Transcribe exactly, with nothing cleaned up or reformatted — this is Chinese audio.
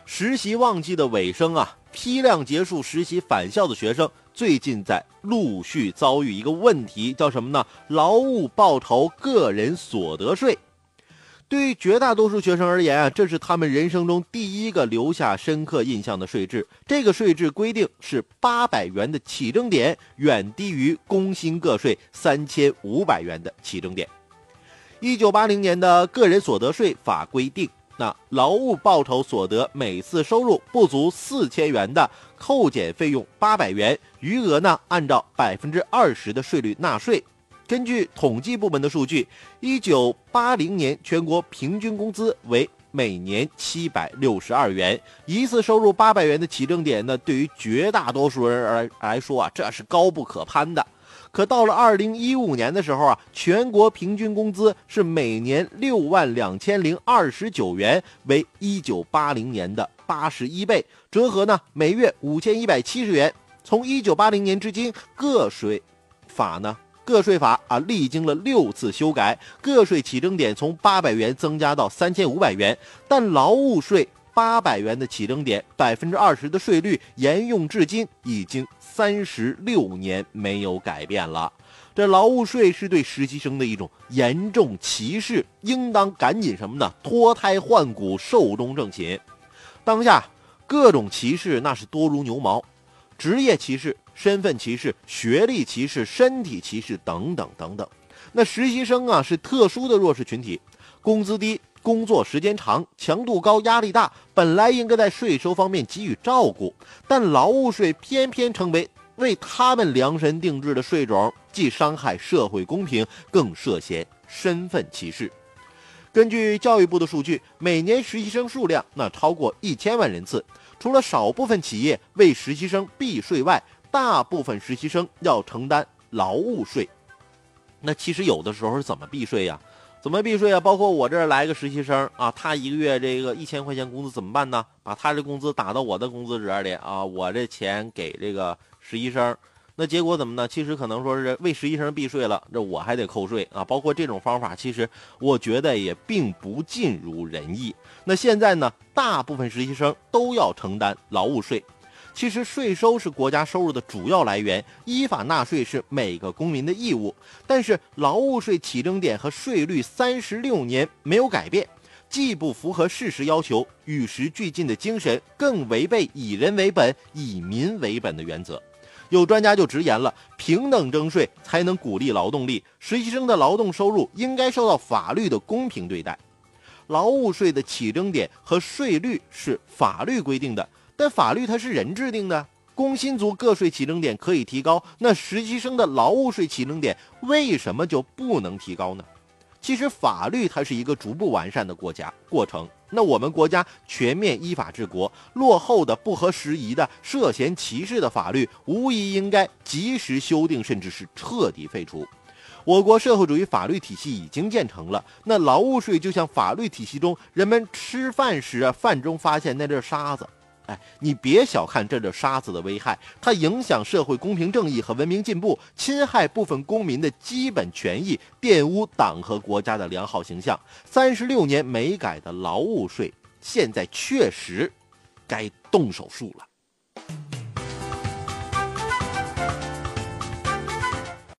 实习旺季的尾声啊，批量结束实习返校的学生最近在陆续遭遇一个问题，叫什么呢？劳务报酬个人所得税。对于绝大多数学生而言啊，这是他们人生中第一个留下深刻印象的税制。这个税制规定是八百元的起征点，远低于工薪个税三千五百元的起征点。一九八零年的个人所得税法规定，那劳务报酬所得每次收入不足四千元的，扣减费用八百元，余额呢按照百分之二十的税率纳税。根据统计部门的数据，一九八零年全国平均工资为每年七百六十二元，一次收入八百元的起征点呢，对于绝大多数人来说啊，这是高不可攀的。可到了二零一五年的时候啊，全国平均工资是每年六万两千零二十九元，为一九八零年的八十一倍，折合呢每月五千一百七十元。从一九八零年至今，个税法呢，个税法啊历经了六次修改，个税起征点从八百元增加到三千五百元，但劳务税八百元的起征点，百分之二十的税率沿用至今，已经三十六年没有改变了。这劳务税是对实习生的一种严重歧视，应当赶紧什么呢？脱胎换骨，寿终正寝。当下各种歧视那是多如牛毛，职业歧视、身份歧视、学历歧视、身体歧视等等等等。那实习生啊是特殊的弱势群体，工资低，工作时间长，强度高，压力大，本来应该在税收方面给予照顾，但劳务税偏偏成为为他们量身定制的税种，既伤害社会公平，更涉嫌身份歧视。根据教育部的数据，每年实习生数量那超过一千万人次，除了少部分企业为实习生避税外，大部分实习生要承担劳务税。那其实有的时候是怎么避税呀？怎么避税啊？包括我这儿来个实习生啊，他一个月这个一千块钱工资怎么办呢？把他这工资打到我的工资折里啊，我这钱给这个实习生，那结果怎么呢？其实可能说是为实习生避税了，这我还得扣税啊。包括这种方法，其实我觉得也并不尽如人意。那现在呢，大部分实习生都要承担劳务税。其实税收是国家收入的主要来源，依法纳税是每个公民的义务。但是劳务税起征点和税率三十六年没有改变，既不符合事实要求、与时俱进的精神，更违背以人为本、以民为本的原则。有专家就直言了，平等征税才能鼓励劳动力，实习生的劳动收入应该受到法律的公平对待。劳务税的起征点和税率是法律规定的，但法律它是人制定的，工薪族个税起征点可以提高，那实习生的劳务税起征点为什么就不能提高呢？其实法律它是一个逐步完善的国家过程，那我们国家全面依法治国，落后的、不合时宜的、涉嫌歧视的法律，无疑应该及时修订，甚至是彻底废除。我国社会主义法律体系已经建成了，那劳务税就像法律体系中人们吃饭时啊，饭中发现那粒沙子。哎，你别小看这粒沙子的危害，它影响社会公平正义和文明进步，侵害部分公民的基本权益，玷污党和国家的良好形象。三十六年没改的劳务税，现在确实该动手术了。